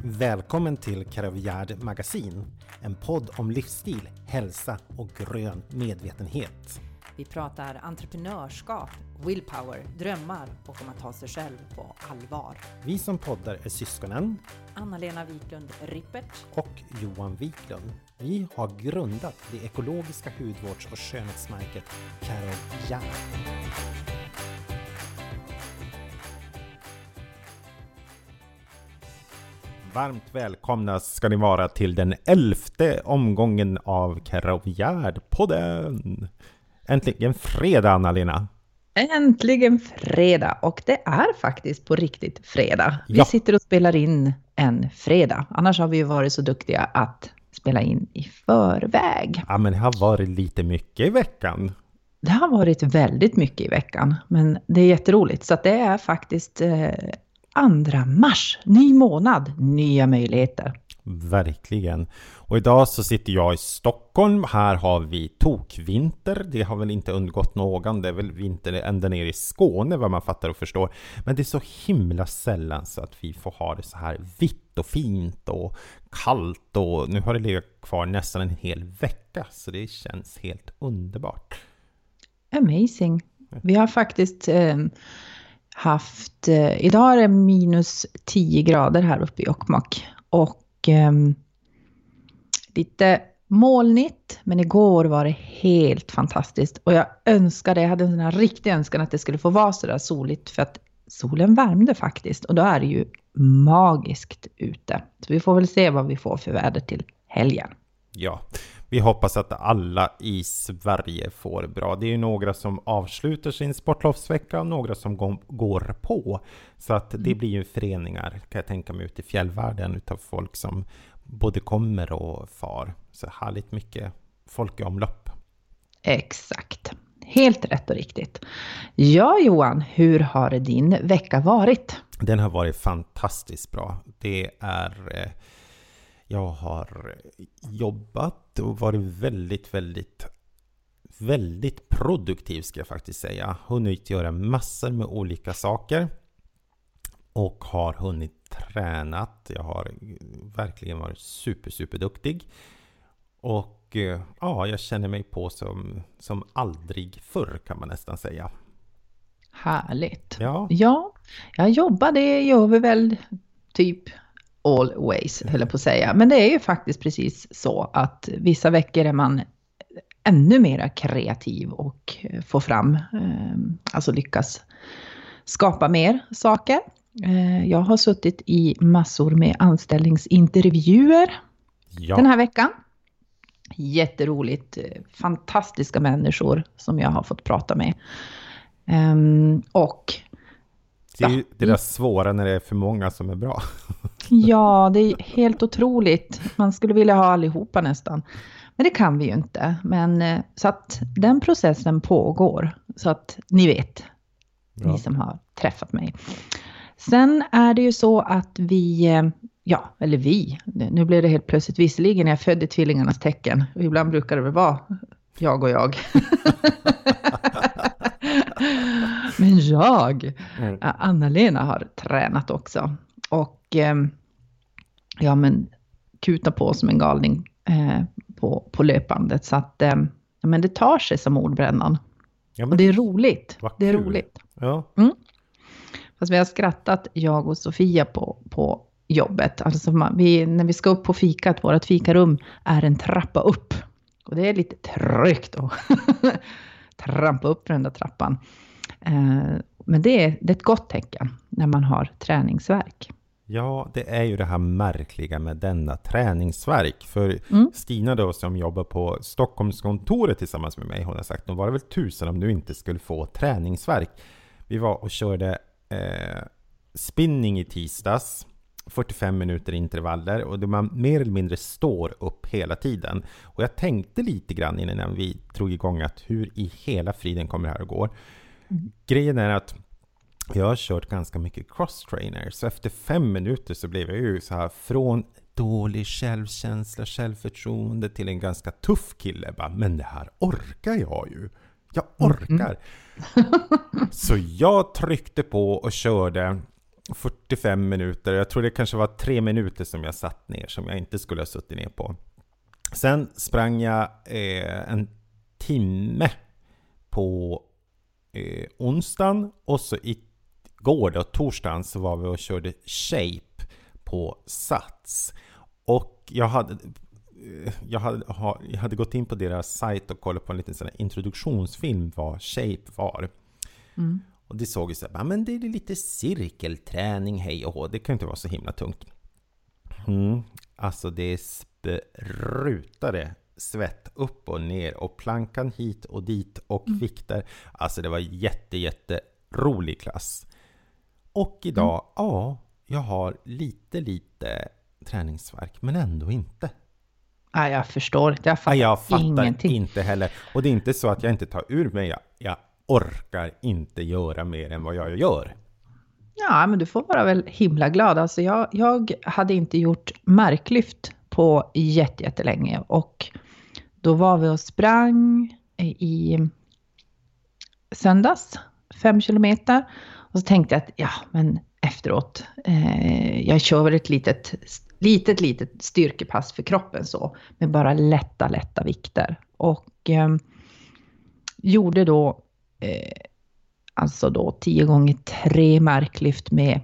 Välkommen till Caravillard Magasin, en podd om livsstil, hälsa och grön medvetenhet. Vi pratar entreprenörskap, willpower, drömmar och om att ta sig själv på allvar. Vi som poddar är syskonen Anna-Lena Wiklund Rippert och Johan Wiklund. Vi har grundat det ekologiska hudvårds- och skönhetsmärket Caravillard. Varmt välkomna ska ni vara till den 11:e omgången av Caravillard-podden. Äntligen fredag, Anna-Lena. Äntligen fredag, och det är faktiskt på riktigt fredag. Vi Ja. sitter och spelar in en fredag. Annars har vi ju varit så duktiga att spela in i förväg. Ja, men det har varit lite mycket i veckan. Det har varit väldigt mycket i veckan, men det är jätteroligt. Så att det är faktiskt 2 mars, ny månad, nya möjligheter. Verkligen. Och idag så sitter jag i Stockholm. Här har vi tokvinter. Det har väl inte undgått någon. Det är väl vinter ända ner i Skåne, vad man fattar och förstår. Men det är så himla sällan så att vi får ha det så här vitt och fint och kallt. Och nu har det legat kvar nästan en hel vecka. Så det känns helt underbart. Amazing. Vi har faktiskt haft, idag är det minus 10 grader här uppe i Jokkmokk. Och lite molnigt, men igår var det helt fantastiskt. Och jag hade en sån här riktig önskan att det skulle få vara så där soligt, för att solen värmde faktiskt. Och då är det ju magiskt ute. Så vi får väl se vad vi får för väder till helgen. Ja, vi hoppas att alla i Sverige får bra. Det är ju några som avslutar sin sportlovsvecka och några som går på. Så att det blir ju föreningar, kan jag tänka mig, ute i fjällvärlden utav folk som både kommer och far. Så härligt mycket folk i omlopp. Exakt. Helt rätt och riktigt. Ja, Johan, hur har din vecka varit? Den har varit fantastiskt bra. Jag har jobbat och varit väldigt produktiv, ska jag faktiskt säga. Hunnit göra massor med olika saker och har hunnit tränat. Jag har verkligen varit superduktig. Och ja, jag känner mig på som aldrig förr, kan man nästan säga. Härligt. Ja, jag jobbar, det gör vi väl typ always, höll jag på att säga. Men det är ju faktiskt precis så att vissa veckor är man ännu mer kreativ och får fram, alltså lyckas skapa mer saker. Jag har suttit i massor med anställningsintervjuer den här veckan. Jätteroligt, fantastiska människor som jag har fått prata med. Och det är ju det där svåra när det är för många som är bra. Ja, det är helt otroligt. Man skulle vilja ha allihopa nästan. Men det kan vi ju inte. Men så att den processen pågår. Så att ni vet, ni som har träffat mig. Sen är det ju så att nu blev det helt plötsligt, visserligen jag födde tvillingarnas tecken. Och ibland brukar det väl vara jag och jag. Men Anna-Lena har tränat också. Och kuta på som en galning på löpbandet. Så att men det tar sig som ordbrännan. Ja, och det är roligt. Det är roligt. Ja. Fast vi har skrattat, jag och Sofia, på jobbet. Alltså när vi ska upp på fikat, vårt fikarum är en trappa upp. Och det är lite trögt att trampa upp den där trappan. Men det är ett gott tecken när man har träningsvärk. Ja, det är ju det här märkliga med denna träningsvärk. För Stina då, som jobbar på Stockholmskontoret tillsammans med mig, hon har sagt, var det väl tusen om du inte skulle få träningsvärk. Vi var och körde spinning i tisdags, 45 minuter intervaller, och man mer eller mindre står upp hela tiden. Och jag tänkte lite grann innan vi drog igång att hur i hela friden kommer det här att gå. Grejen är att jag har kört ganska mycket cross-trainer, så efter 5 minuter så blev jag ju så här från dålig självkänsla, självförtroende till en ganska tuff kille. Men det här orkar jag ju. Jag orkar. Så jag tryckte på och körde 45 minuter. Jag tror det kanske var 3 minuter som jag satt ner, som jag inte skulle ha suttit ner på. Sen sprang jag en timme på onsdagen, och så igår då, torsdagen, så var vi och körde Shape på Sats. Och jag hade gått in på deras sajt och kollat på en liten sån här introduktionsfilm vad Shape var. Och det såg ju så här, men det är lite cirkelträning, hej och hå. Det kan inte vara så himla tungt. Alltså det sprutade svett upp och ner och plankan hit och dit och vikter. Alltså det var jätte rolig klass. Och idag, jag har lite träningsvärk, men ändå inte. Ja, jag förstår. Jag fattar ingenting. Inte heller. Och det är inte så att jag inte tar ur mig. Jag orkar inte göra mer än vad jag gör. Ja, men du får vara väl himla glad. Alltså jag hade inte gjort marklyft på jättelänge. Och då var vi och sprang i söndags 5 kilometer. Och så tänkte jag att men efteråt, jag kör väl ett litet styrkepass för kroppen så. Med bara lätta vikter. Och gjorde då alltså då 10 gånger 3 marklyft med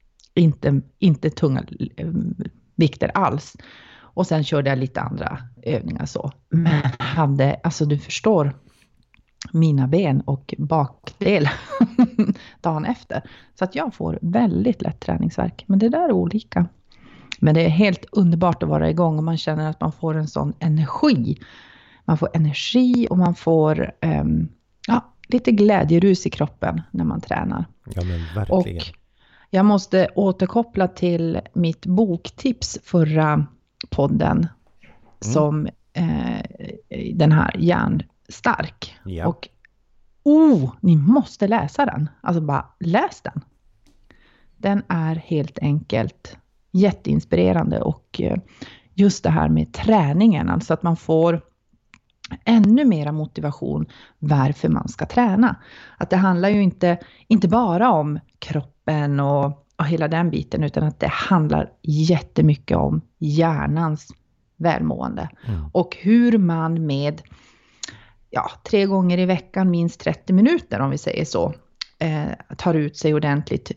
inte tunga vikter alls. Och sen körde jag lite andra övningar så. Men alltså du förstår, mina ben och bakdel dagen efter. Så att jag får väldigt lätt träningsvärk. Men det där är olika. Men det är helt underbart att vara igång och man känner att man får en sån energi. Man får energi och man får lite glädjerus i kroppen när man tränar. Ja, men verkligen. Och jag måste återkoppla till mitt boktips förra podden som den här Hjärnstark. Ja. Och ni måste läsa den. Alltså bara läs den. Den är helt enkelt jätteinspirerande och just det här med träningen, alltså att man får ännu mera motivation varför man ska träna. Att det handlar ju inte bara om kroppen och hela den biten, utan att det handlar jättemycket om hjärnans välmående. Och hur man med 3 gånger i veckan, minst 30 minuter om vi säger så, tar ut sig ordentligt,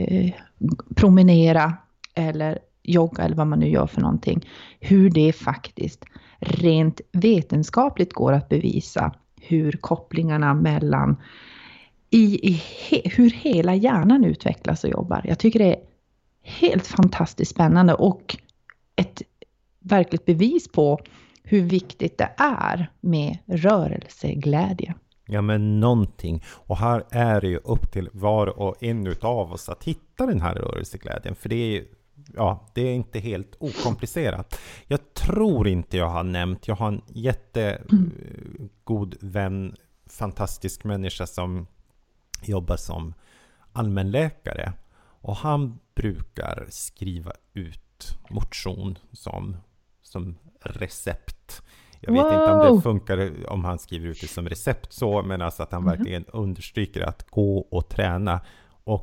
promenera eller jogga eller vad man nu gör för någonting. Hur det faktiskt rent vetenskapligt går att bevisa hur kopplingarna mellan hur hela hjärnan utvecklas och jobbar. Jag tycker det är helt fantastiskt spännande och ett verkligt bevis på hur viktigt det är med rörelseglädje. Ja, men någonting. Och här är det ju upp till var och en utav oss att hitta den här rörelseglädjen. För det är inte helt okomplicerat. Jag tror inte jag har nämnt. Jag har en jättegod vän, fantastisk människa som jobbar som allmänläkare. Och han brukar skriva ut motion som recept. Jag vet inte om det funkar om han skriver ut det som recept så, men alltså att han verkligen understryker att gå och träna. Och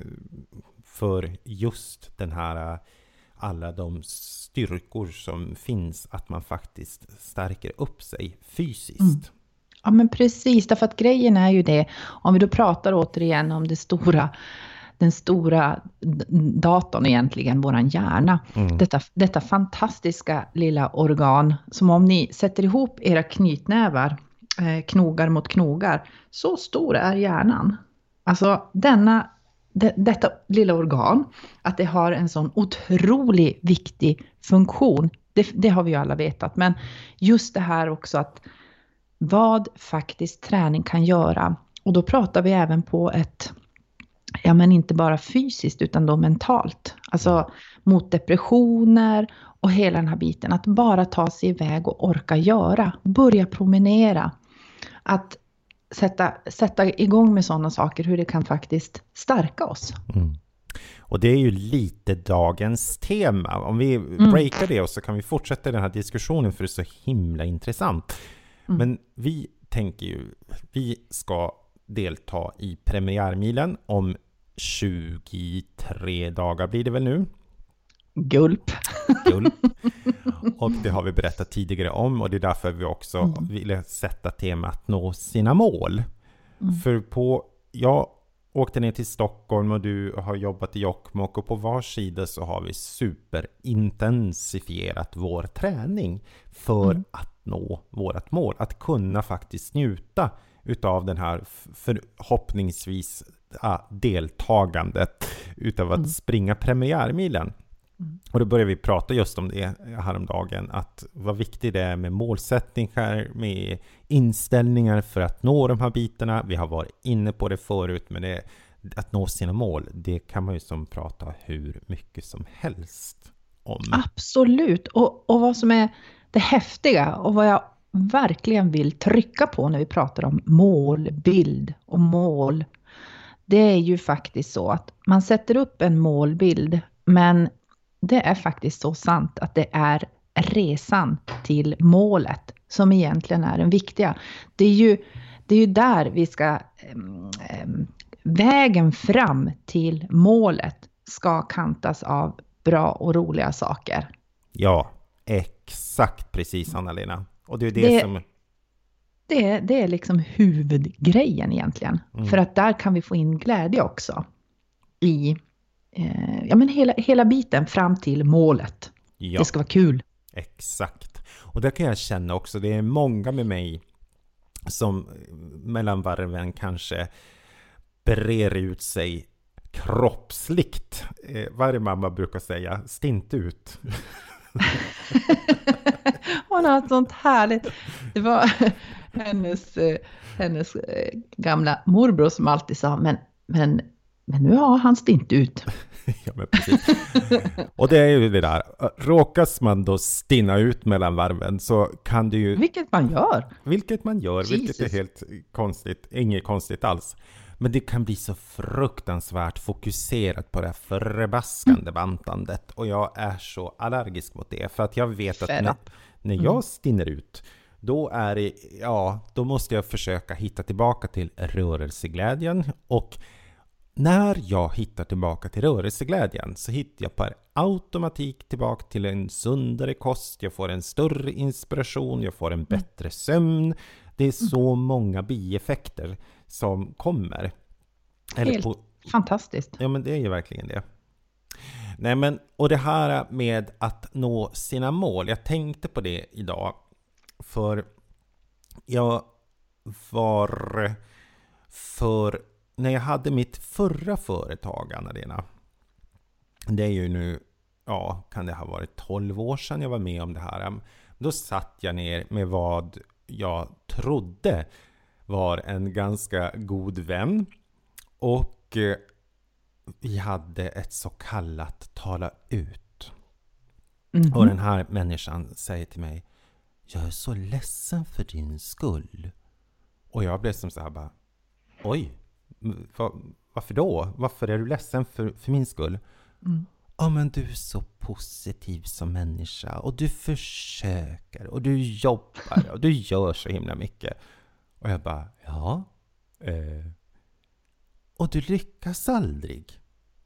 för just den här, alla de styrkor som finns, att man faktiskt stärker upp sig fysiskt. Ja, men precis, därför att grejen är ju det, om vi då pratar återigen om den stora datorn egentligen, våran hjärna. Detta fantastiska lilla organ som om ni sätter ihop era knytnävar, knogar mot knogar, så stor är hjärnan. Alltså detta lilla organ, att det har en sån otroligt viktig funktion, det har vi ju alla vetat. Men just det här också att vad faktiskt träning kan göra. Och då pratar vi även på ett, men inte bara fysiskt utan då mentalt. Alltså mot depressioner och hela den här biten. Att bara ta sig iväg och orka göra. Börja promenera. Att sätta igång med sådana saker, hur det kan faktiskt stärka oss. Och det är ju lite dagens tema. Om vi breakar det och så kan vi fortsätta den här diskussionen, för det är så himla intressant. Men vi tänker ju, vi ska delta i premiärmilen om 23 dagar blir det väl nu. Gulp. Och det har vi berättat tidigare om, och det är därför vi också ville sätta temat att nå sina mål. För jag åkte ner till Stockholm och du har jobbat i Jokkmokk, och på var sida så har vi superintensifierat vår träning för att nå vårat mål. Att kunna faktiskt njuta utav den här förhoppningsvis deltagandet utav att springa premiärmilen. Och då började vi prata just om det häromdagen, att vad viktigt det är med målsättningar, med inställningar för att nå de här bitarna. Vi har varit inne på det förut, men att nå sina mål, det kan man ju som prata hur mycket som helst om. Absolut, och vad som är det häftiga och vad jag verkligen vill trycka på när vi pratar om målbild och mål, det är ju faktiskt så att man sätter upp en målbild, men det är faktiskt så sant att det är resan till målet som egentligen är den viktiga. Det är ju där vi ska, vägen fram till målet ska kantas av bra och roliga saker. Ja, exakt precis, Anna-Lena. Och det är det som... Det är liksom huvudgrejen egentligen. För att där kan vi få in glädje också i hela biten fram till målet. Ja. Det ska vara kul. Exakt. Och där kan jag känna också, det är många med mig som mellan varven kanske brer ut sig kroppsligt. Varje mamma brukar säga, stint ut. Hon har ett sånt härligt, det var hennes gamla morbror som alltid sa, men nu har han stint ut. Ja, men precis. Och det är ju det där, råkas man då stinna ut mellan varven så kan det ju... Vilket man gör, Jesus. Vilket är helt konstigt, inget konstigt alls. Men det kan bli så fruktansvärt fokuserat på det här förbaskande bantandet. Och jag är så allergisk mot det. För att jag vet att när jag stinner ut, då är det, då måste jag försöka hitta tillbaka till rörelseglädjen. Och när jag hittar tillbaka till rörelseglädjen så hittar jag per automatik tillbaka till en sundare kost. Jag får en större inspiration, jag får en bättre sömn. Det är så många bieffekter som kommer. Fantastiskt. Ja, men det är ju verkligen det. Nej, men och det här med att nå sina mål. Jag tänkte på det idag. För när jag hade mitt förra företag, Anna-Lena. Det är ju nu, kan det ha varit 12 år sedan jag var med om det här. Då satt jag ner med vad jag trodde var en ganska god vän. Och vi hade ett så kallat tala ut. Och den här människan säger till mig, jag är så ledsen för din skull. Och jag blev som så här bara, oj, varför då? Varför är du ledsen för min skull? Ja, men du är så positiv som människa. Och du försöker. Och du jobbar. Och du gör så himla mycket. Och jag bara, och du lyckas aldrig.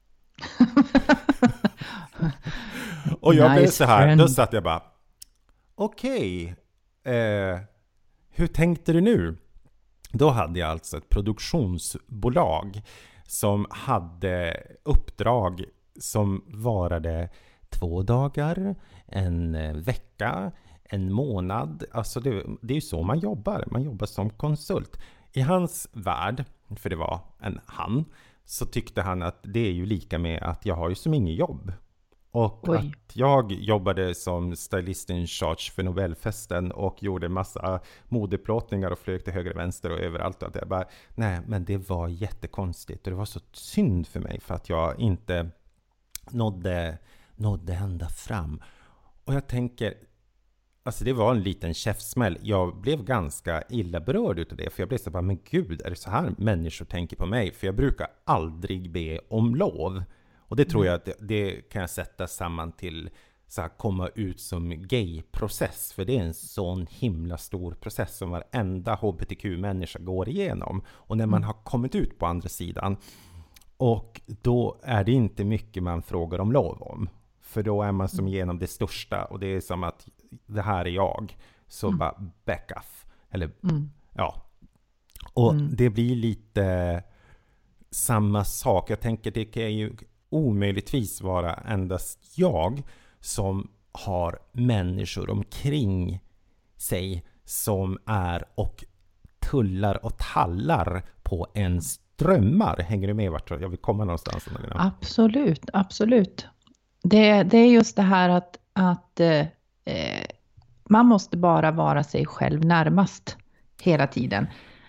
Och jag blev så här. Då satt jag bara, okej. Hur tänkte du nu? Då hade jag alltså ett produktionsbolag som hade uppdrag som varade 2 dagar, en vecka, en månad. Alltså det är ju så man jobbar. Man jobbar som konsult. I hans värld, för det var han, så tyckte han att det är ju lika med att jag har ju som ingen jobb. Och att jag jobbade som stylist in charge för Nobelfesten och gjorde massa modeplåtningar och flög till höger och vänster och överallt. Och jag bara, nej, men det var jättekonstigt. Och det var så synd för mig för att jag inte nådde ända fram. Och jag tänker, alltså det var en liten käftsmäll. Jag blev ganska illa berörd utav det. För jag blev så bara, men gud, är det så här människor tänker på mig? För jag brukar aldrig be om lov. Och det tror jag att det kan jag sätta samman till så här, komma ut som gay-process. För det är en sån himla stor process som varenda hbtq-människa går igenom. Och när man har kommit ut på andra sidan Och då är det inte mycket man frågar om lov om. För då är man som genom det största. Och det är som att det här är jag. Så bara back off. Eller ja. Och det blir lite samma sak. Jag tänker det kan ju omöjligtvis vara endast jag som har människor omkring sig som är och tullar och tallar på ens drömmar. Hänger du med vart jag vill komma någonstans? Absolut, absolut. Det är just det här att man måste bara vara sig själv närmast hela tiden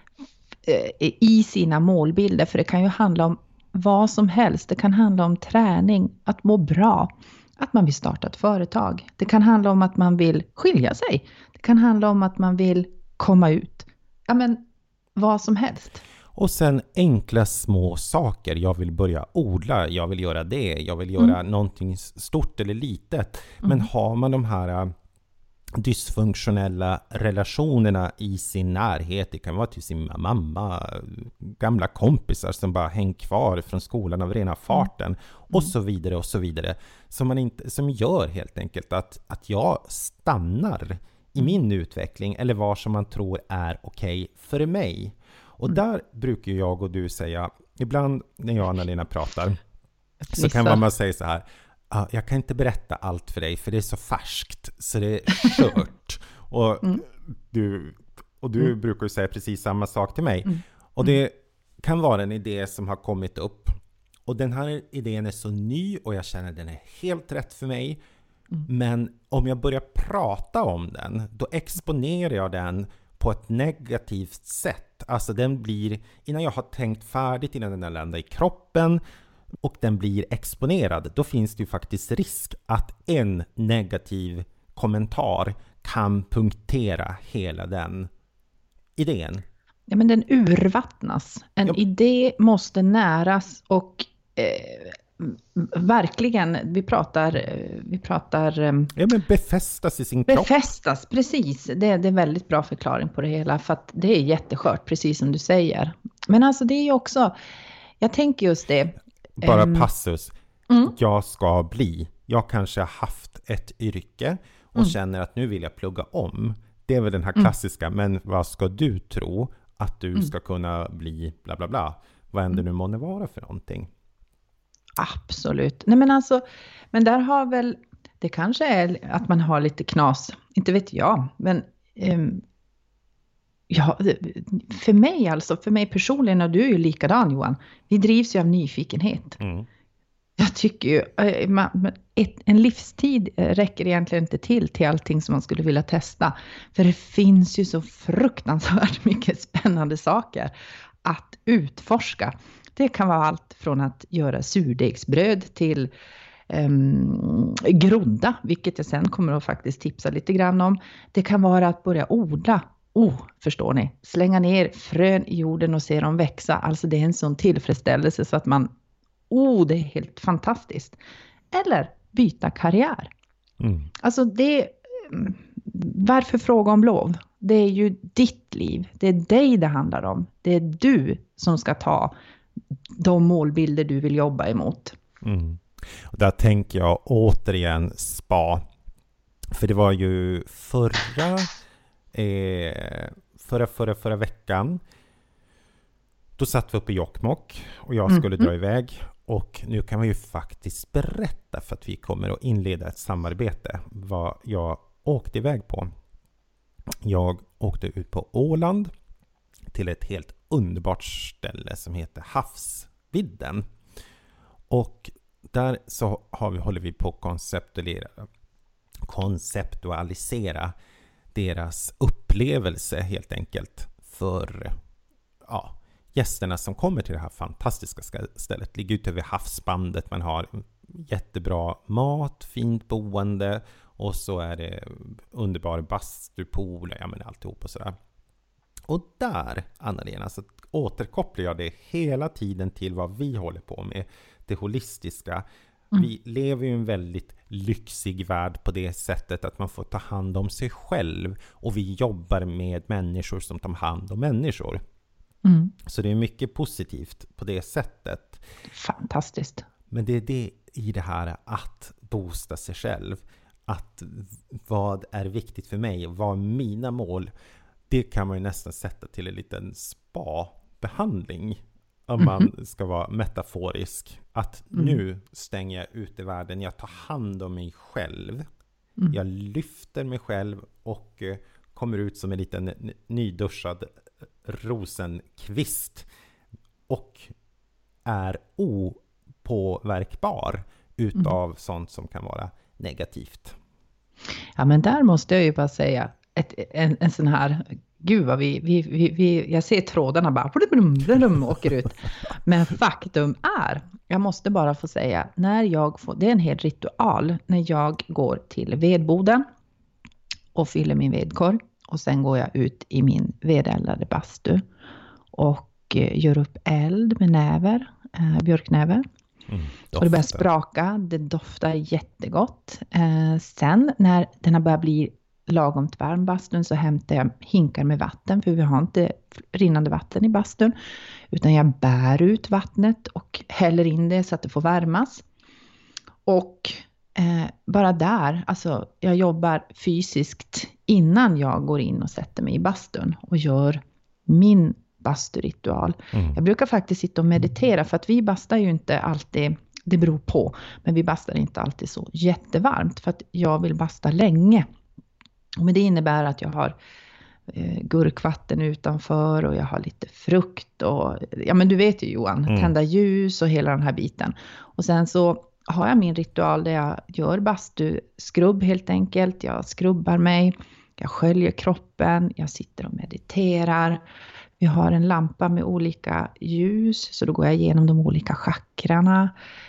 i sina målbilder. För det kan ju handla om vad som helst. Det kan handla om träning, att må bra, att man vill starta ett företag. Det kan handla om att man vill skilja sig. Det kan handla om att man vill komma ut. Ja, men vad som helst. Och sen enkla små saker. Jag vill börja odla, jag vill göra det. Jag vill göra någonting stort eller litet. Men har man de här dysfunktionella relationerna i sin närhet. Det kan vara till sin mamma, gamla kompisar som bara hänger kvar från skolan av rena farten och så vidare och så vidare. Som gör helt enkelt att jag stannar i min utveckling eller vad som man tror är okej för mig. Och där brukar jag och du säga, ibland när jag och Anna-Lena pratar så kan man säga så här: jag kan inte berätta allt för dig för det är så färskt så det är kört. Och du brukar säga precis samma sak till mig. Och det kan vara en idé som har kommit upp. Och den här idén är så ny och jag känner att den är helt rätt för mig. Men om jag börjar prata om den, då exponerar jag den på ett negativt sätt. Alltså den blir, innan jag har tänkt färdigt, innan den landar i kroppen och den blir exponerad, då finns det ju faktiskt risk att en negativ kommentar kan punktera hela den idén. Ja, men den urvattnas. En idé måste näras och verkligen, vi pratar ja, men befästas i sin kropp. Befästas, precis. Det är en väldigt bra förklaring på det hela, för att det är jätteskört, precis som du säger. Men alltså det är ju också, jag tänker just det. Bara passus. Jag ska bli. Jag kanske har haft ett yrke och känner att nu vill jag plugga om. Det är väl den här klassiska, men vad ska du tro att du ska kunna bli bla bla bla. Vad ändå nu måste vara för någonting. Absolut. Nej, men alltså, men där har väl, det kanske är att man har lite knas, inte vet jag, men ja, för mig personligen, och du är ju likadan Johan, vi drivs ju av nyfikenhet. Jag tycker ju, en livstid räcker egentligen inte till allting som man skulle vilja testa. För det finns ju så fruktansvärt mycket spännande saker att utforska. Det kan vara allt från att göra surdegsbröd till groda, vilket jag sen kommer att faktiskt tipsa lite grann om. Det kan vara att börja odla. Förstår ni? Slänga ner frön i jorden och se dem växa. Alltså det är en sån tillfredsställelse så att man, det är helt fantastiskt. Eller byta karriär. Alltså varför fråga om lov? Det är ju ditt liv. Det är dig det handlar om. Det är du som ska ta de målbilder du vill jobba emot. Och där tänker jag återigen spa. För det var ju förra veckan. Då satt vi uppe i Jokkmokk och jag skulle dra iväg. Och nu kan vi ju faktiskt berätta, för att vi kommer att inleda ett samarbete, vad jag åkte iväg på. Jag åkte ut på Åland till ett helt underbart ställe som heter Havsvidden. Och där så håller vi på att konceptualisera deras upplevelse helt enkelt för gästerna som kommer till det här fantastiska stället. Ligger ute över havsbandet, man har jättebra mat, fint boende och så är det underbar bastupool, alltihop och sådär. Och där, Anna-Lena, så återkopplar jag det hela tiden till vad vi håller på med, det holistiska. Vi lever ju i en väldigt lyxig värld på det sättet att man får ta hand om sig själv och vi jobbar med människor som tar hand om människor. Så det är mycket positivt på det sättet. Fantastiskt. Men det är det i det här att boosta sig själv. Att vad är viktigt för mig? Vad är mina mål? Det kan man ju nästan sätta till en liten spa-behandling. Om man ska vara metaforisk. Att nu stänger jag ut i världen. Jag tar hand om mig själv. Jag lyfter mig själv och kommer ut som en liten nyduschad rosenkvist. Och är opåverkbar utav sånt som kan vara negativt. Ja, men där måste jag ju bara säga en sån här, gud vad jag ser trådarna bara åker ut. Men faktum är, jag måste bara få säga, det är en hel ritual när jag går till vedboden och fyller min vedkorg. Och sen går jag ut i min vedeldade bastu och gör upp eld med björknäver. Och det börjar spraka, det doftar jättegott. Sen när den har börjat bli lagom varm bastun så hämtar jag hinkar med vatten. För vi har inte rinnande vatten i bastun. Utan jag bär ut vattnet och häller in det så att det får värmas. Och bara där, alltså jag jobbar fysiskt innan jag går in och sätter mig i bastun. Och gör min basturitual. Jag brukar faktiskt sitta och meditera för att vi bastar ju inte alltid, det beror på, men vi bastar inte alltid så jättevarmt för att jag vill basta länge. Men det innebär att jag har gurkvatten utanför och jag har lite frukt och ja men du vet ju Johan, tända ljus och hela den här biten. Och sen så har jag min ritual där jag gör bastuskrubb helt enkelt. Jag skrubbar mig, jag sköljer kroppen, jag sitter och mediterar. Vi har en lampa med olika ljus så då går jag igenom de olika chakrarna.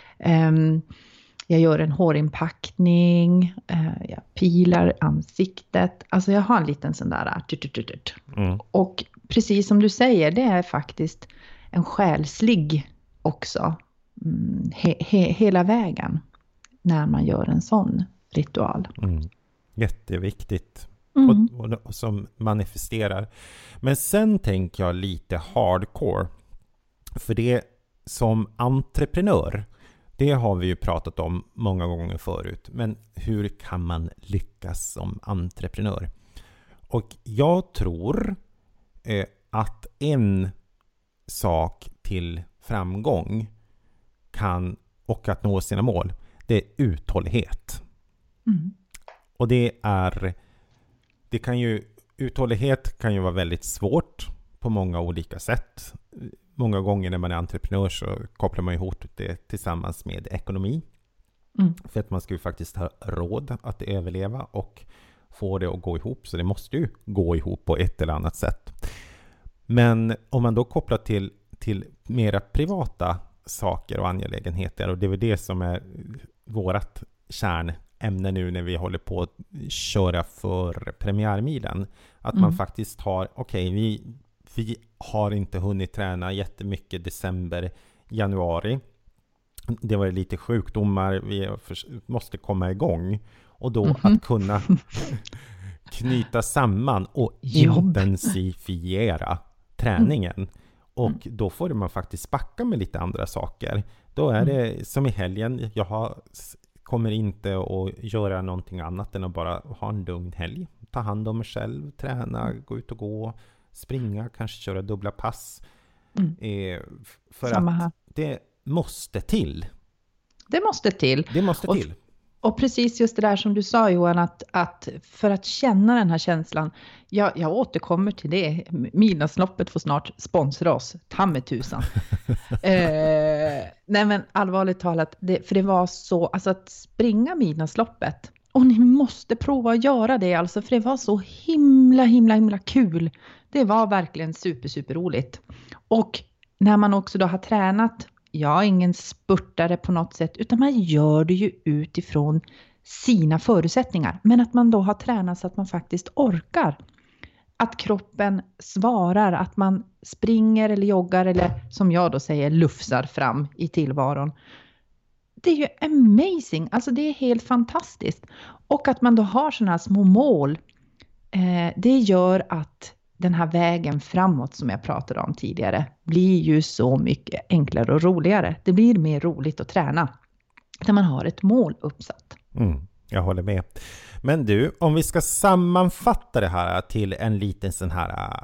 Jag gör en hårinpackning, jag pilar ansiktet. Alltså jag har en liten sån där. Och precis som du säger, det är faktiskt en själslig också. Hela vägen när man gör en sån ritual. Jätteviktigt. Och som manifesterar. Men sen tänker jag lite hardcore. För det som entreprenör, det har vi ju pratat om många gånger förut. Men hur kan man lyckas som entreprenör? Och jag tror att en sak till framgång och att nå sina mål, det är uthållighet. Och uthållighet kan ju vara väldigt svårt på många olika sätt. Många gånger när man är entreprenör så kopplar man ihop det tillsammans med ekonomi. För att man ska ju faktiskt ha råd att överleva och få det att gå ihop. Så det måste ju gå ihop på ett eller annat sätt. Men om man då kopplar till mera privata saker och angelägenheter, och det är väl det som är vårat kärnämne nu när vi håller på att köra för premiärmilen. Att man faktiskt har, vi har inte hunnit träna jättemycket december, januari. Det var lite sjukdomar, vi måste komma igång. Och då att kunna knyta samman och intensifiera träningen. Och då får man faktiskt backa med lite andra saker. Då är det som i helgen, kommer inte att göra någonting annat än att bara ha en lugn helg. Ta hand om mig själv, träna, gå ut och gå, springa, kanske köra dubbla pass. För att det måste till. Det måste till. till. Och precis just det där som du sa Johan, att för att känna den här känslan, jag återkommer till det. Midnattsloppet får snart sponsra oss, ta med tusan. Nej men allvarligt talat, för det var så, alltså att springa midnattsloppet, och ni måste prova att göra det alltså, för det var så himla kul. Det var verkligen super roligt. Och när man också då har tränat, jag är ingen spurtare på något sätt, utan man gör det ju utifrån sina förutsättningar. Men att man då har tränat så att man faktiskt orkar. Att kroppen svarar, att man springer eller joggar eller som jag då säger lufsar fram i tillvaron. Det är ju amazing, alltså det är helt fantastiskt. Och att man då har sådana här små mål, det gör att den här vägen framåt som jag pratade om tidigare blir ju så mycket enklare och roligare. Det blir mer roligt att träna när man har ett mål uppsatt. Jag håller med. Men du, om vi ska sammanfatta det här till en liten sån här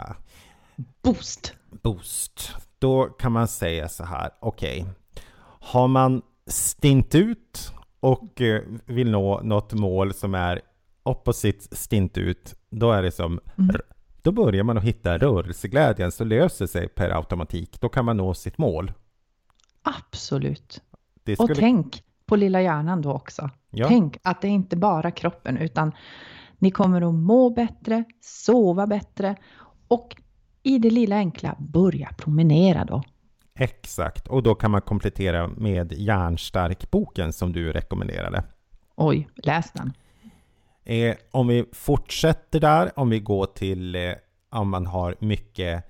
boost. Då kan man säga så här, okej. Har man stint ut och vill nå något mål som är opposite stint ut, då är det som då börjar man att hitta rörelseglädjen, så löser sig per automatik. Då kan man nå sitt mål. Absolut. Och tänk på lilla hjärnan då också. Ja. Tänk att det är inte bara kroppen, utan ni kommer att må bättre, sova bättre och i det lilla enkla börja promenera då. Exakt, och då kan man komplettera med Hjärnstark-boken som du rekommenderade. Oj, läs den. Om vi fortsätter där, om vi går till om man har mycket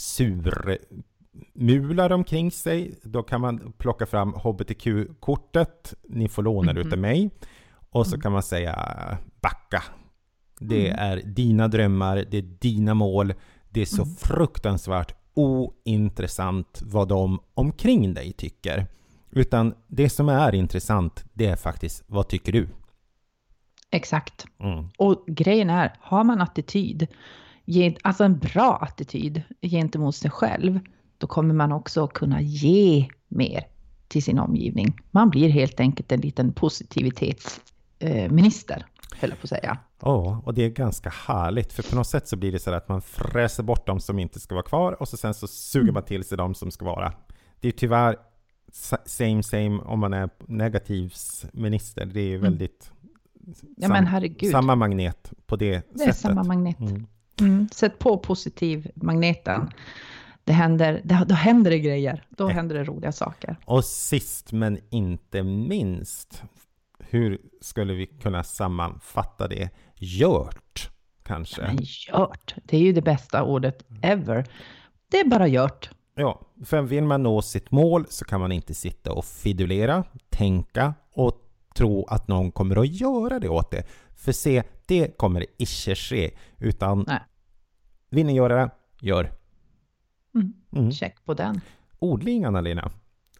surmular omkring sig, då kan man plocka fram HBTQ-kortet. Ni får låna det utav mig. Och så kan man säga backa. Det är dina drömmar, det är dina mål. Det är så fruktansvärt ointressant vad de omkring dig tycker. Utan det som är intressant, det är faktiskt, vad tycker du? Exakt. Och grejen är, har man attityd, alltså en bra attityd gentemot sig själv, då kommer man också kunna ge mer till sin omgivning. Man blir helt enkelt en liten positivitetsminister, höll jag på att säga. Och det är ganska härligt, för på något sätt så blir det så att man fräser bort de som inte ska vara kvar och så sen så suger man till sig de som ska vara. Det är tyvärr same om man är negativsminister. Det är väldigt men herregud. Samma magnet på det sättet. Det är samma magnet. Sätt på positiv magneten. Då händer det grejer. Då händer det roliga saker. Och sist men inte minst, hur skulle vi kunna sammanfatta det? Gjort, kanske. Men gjort, det är ju det bästa ordet ever. Det är bara gjort. Ja, för vill man nå sitt mål så kan man inte sitta och fidulera, tänka och tro att någon kommer att göra det åt det. För se, det kommer inte ske. Utan vill ni göra det, gör. Check på den. Odling, Anna-Lena.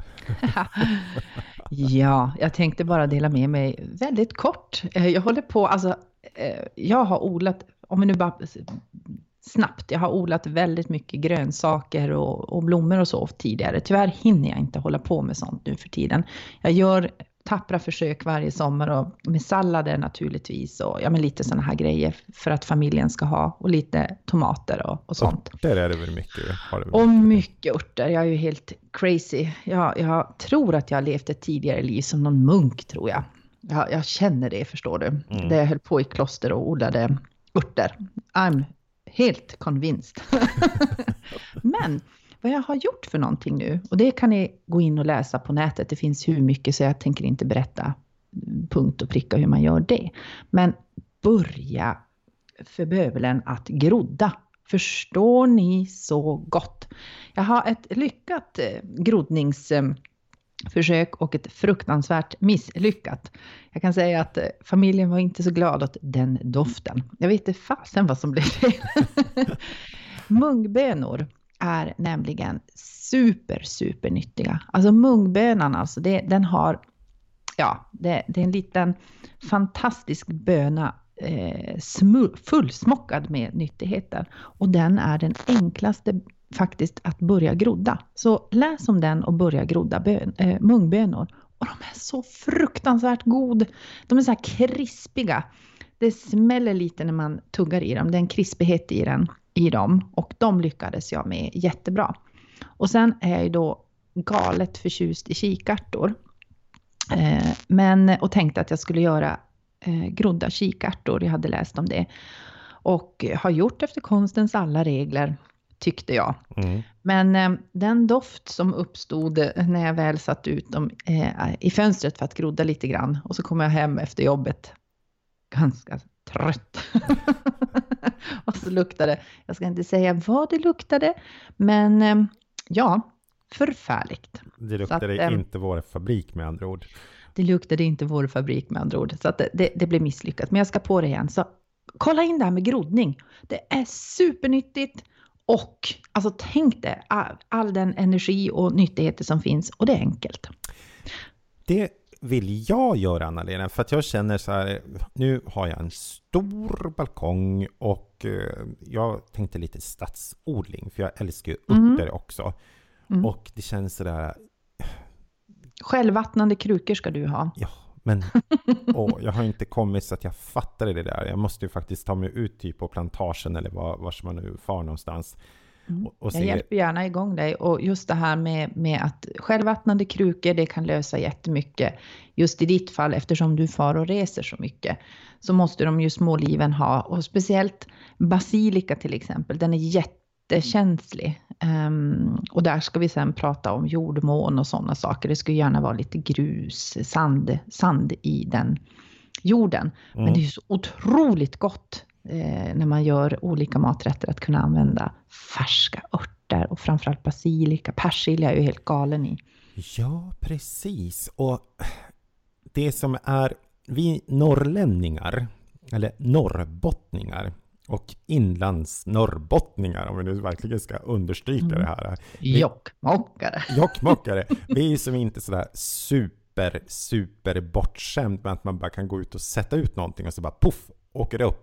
Ja, jag tänkte bara dela med mig väldigt kort. Jag håller på, jag har odlat, om vi nu bara snabbt, jag har odlat väldigt mycket grönsaker och blommor och så tidigare. Tyvärr hinner jag inte hålla på med sånt nu för tiden. Jag gör tappra försök varje sommar och med sallader naturligtvis och lite sådana här grejer för att familjen ska ha, och lite tomater och sånt. Där är det väl mycket? Och mycket örter. Jag är ju helt crazy. Jag tror att jag har levt ett tidigare liv som någon munk, tror jag. Jag känner det, förstår du. Där jag höll på i kloster och odlade örter. I'm helt convinced. Men vad jag har gjort för någonting nu, och det kan ni gå in och läsa på nätet. Det finns hur mycket, så jag tänker inte berätta punkt och pricka hur man gör det. Men börja för bövelen att grodda. Förstår ni så gott? Jag har ett lyckat groddningsförsök och ett fruktansvärt misslyckat. Jag kan säga att familjen var inte så glad åt den doften. Jag vet inte fasen vad som blev fel. Mungbönor är nämligen super nyttiga. Alltså mungbönan, den har, det är en liten fantastisk böna, fullsmockad med nyttigheter. Och den är den enklaste faktiskt att börja grodda. Så läs om den och börja grodda mungbönor. Och de är så fruktansvärt god. De är så här krispiga. Det smäller lite när man tuggar i dem. Det är en krispighet i dem. Och de lyckades jag med jättebra. Och sen är jag ju då galet förtjust i kikärtor. Och tänkte att jag skulle göra grodda kikärtor. Jag hade läst om det. Och har gjort efter konstens alla regler, tyckte jag. Men den doft som uppstod när jag väl satt ut dem i fönstret för att grodda lite grann. Och så kom jag hem efter jobbet ganska trött. Och så luktade, jag ska inte säga vad det luktade, men förfärligt. Det luktade inte vår fabrik med andra ord. Det luktade inte vår fabrik med andra ord. Så att det blev misslyckat. Men jag ska på det igen. Så kolla in det här med groddning. Det är supernyttigt och alltså tänk dig all den energi och nyttigheter som finns och det är enkelt. Det vill jag göra, Anna-Lena, för att jag känner så här, nu har jag en stor balkong och jag tänkte lite stadsodling, för jag älskar ju örter också. Och det känns så där... Självvattnande krukor ska du ha. Ja, men jag har inte kommit så att jag fattar det där. Jag måste ju faktiskt ta mig ut typ på plantagen eller var man nu far någonstans. Och jag hjälper gärna igång dig. Och just det här med att självvattnande krukor, det kan lösa jättemycket. Just i ditt fall, eftersom du far och reser så mycket, så måste de ju småliven ha. Och speciellt basilika till exempel, den är jättekänslig. Och där ska vi sen prata om jordmån och sådana saker. Det ska gärna vara lite grus, sand i den jorden. Men det är ju så otroligt gott när man gör olika maträtter att kunna använda färska örter och framförallt basilika. Persilja är ju helt galen i. Ja, precis. Och det som är vi norrlänningar eller norrbottningar och inlandsnorrbottningar, om vi nu verkligen ska understryka det här. Jokkmokkare. Vi är ju som inte sådär super bortskämt med att man bara kan gå ut och sätta ut någonting och så bara puff, åker det upp.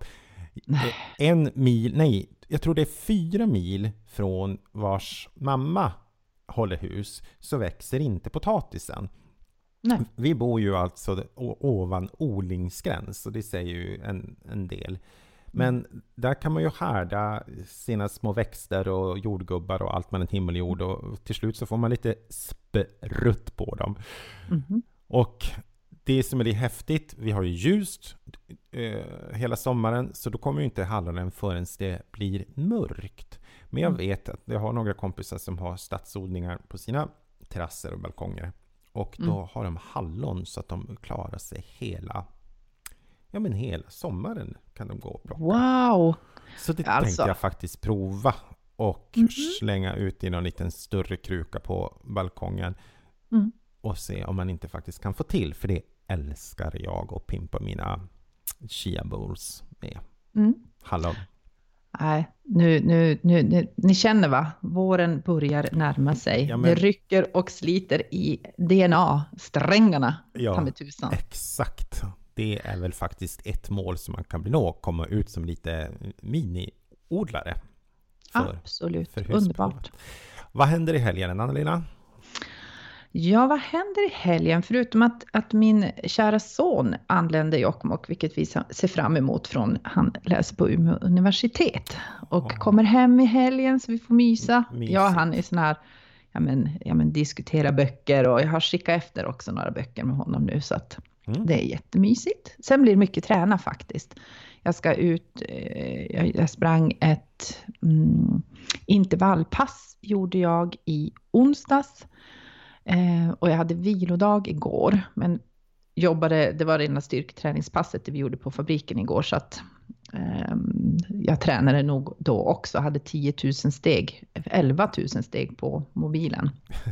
Jag tror det är 4 mil från vars mamma håller hus, så växer inte potatisen. Nej. Vi bor ju alltså ovan odlingsgräns och det säger ju en del. Men där kan man ju härda sina små växter och jordgubbar och allt mellan himmel och jord, och till slut så får man lite sprutt på dem. Och det som är häftigt, vi har ju ljust hela sommaren, så då kommer ju inte hallonen förrän det blir mörkt. Men jag vet att jag har några kompisar som har stadsodlingar på sina terrasser och balkonger. Och då har de hallon så att de klarar sig hela sommaren kan de gå och plocka. Wow! Så det tänkte jag faktiskt prova och slänga ut i någon liten större kruka på balkongen och se om man inte faktiskt kan få till, för det älskar jag att pimpa mina chia bowls med hallon. Nej, nu, ni känner va? Våren börjar närma sig. Ja, men... Det rycker och sliter i DNA-strängarna. Ja, exakt. Det är väl faktiskt ett mål som man kan nå, komma ut som lite mini-odlare. Absolut, underbart. Vad händer i helgen, Anna-Lena? Ja, vad händer i helgen? Förutom att min kära son anländer i Jokkmokk, vilket vi ser fram emot han läser på Umeå universitet. Och kommer hem i helgen så vi får mysa. Ja, han är sån här, diskutera böcker, och jag har skickat efter också några böcker med honom nu, så att det är jättemysigt. Sen blir det mycket träna faktiskt. Jag ska ut, jag sprang ett intervallpass gjorde jag i onsdags. Och jag hade vilodag igår, men det var rena styrketräningspasset det vi gjorde på fabriken igår, så att jag tränade nog då också, hade 11 000 steg på mobilen.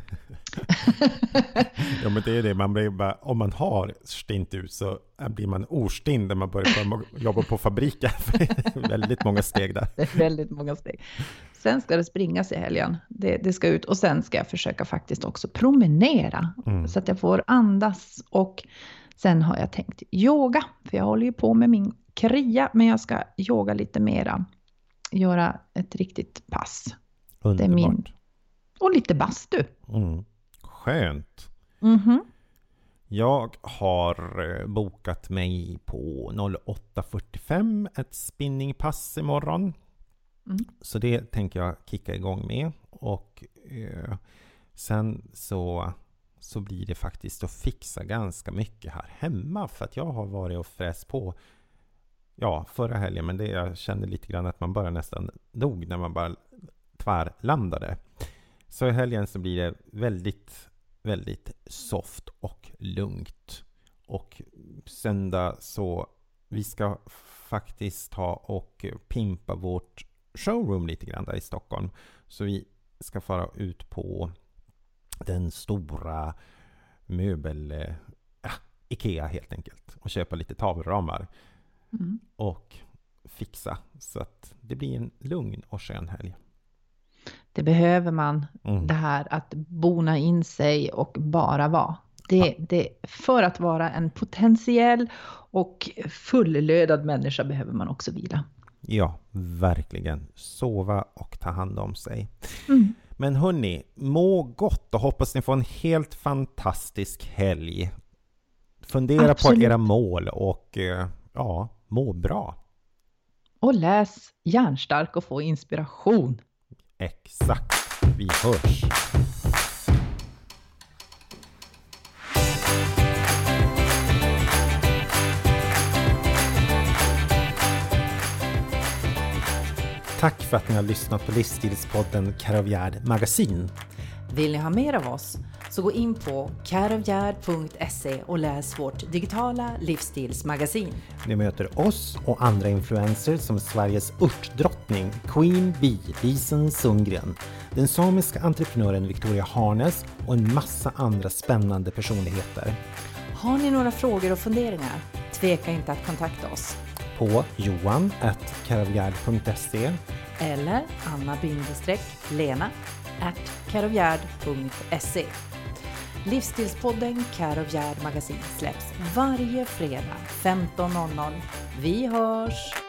Ja, men det är det, man blir bara, om man har stint ut så blir man orstinn när man börjar jobba på fabriken. Väldigt många steg där. Det är väldigt många steg. Sen ska det springas i helgen. Det ska ut, och sen ska jag försöka faktiskt också promenera så att jag får andas, och sen har jag tänkt yoga, för jag håller ju på med min kria, men jag ska yoga lite mera, göra ett riktigt pass. Underbart. Och lite bastu. Skönt. Jag har bokat mig på 08:45 ett spinningpass imorgon. Så det tänker jag kicka igång med, och sen så blir det faktiskt att fixa ganska mycket här hemma, för att jag har varit och fräst på förra helgen, men jag kände lite grann att man bara nästan dog när man bara tvärlandade. Så i helgen så blir det väldigt, väldigt soft och lugnt. Och söndag så vi ska faktiskt ta och pimpa vårt showroom lite grann där i Stockholm. Så vi ska fara ut på den stora Ikea helt enkelt och köpa lite tavelramar. Och fixa så att det blir en lugn och skön helg. Det behöver man, det här att bona in sig och bara vara. För att vara en potentiell och fullödad människa behöver man också vila. Ja, verkligen. Sova och ta hand om sig. Men hörni, må gott och hoppas ni får en helt fantastisk helg. Fundera på era mål och må bra. Och läs Hjärnstark och få inspiration. Exakt. Vi hörs. Tack för att ni har lyssnat på livsstilspodden Career Magasin. Vill ni ha mer av oss så gå in på career.se och läs vårt digitala livsstilsmagasin. Ni möter oss och andra influencers som Sveriges örtdrottning Queen Bee Lisen Sundgren, den samiska entreprenören Victoria Harnes och en massa andra spännande personligheter. Har ni några frågor och funderingar? Tveka inte att kontakta oss. På johan@career.se eller anna-lena@career.se. Livsstilspodden Career Magasin släpps varje fredag 15:00. Vi hörs!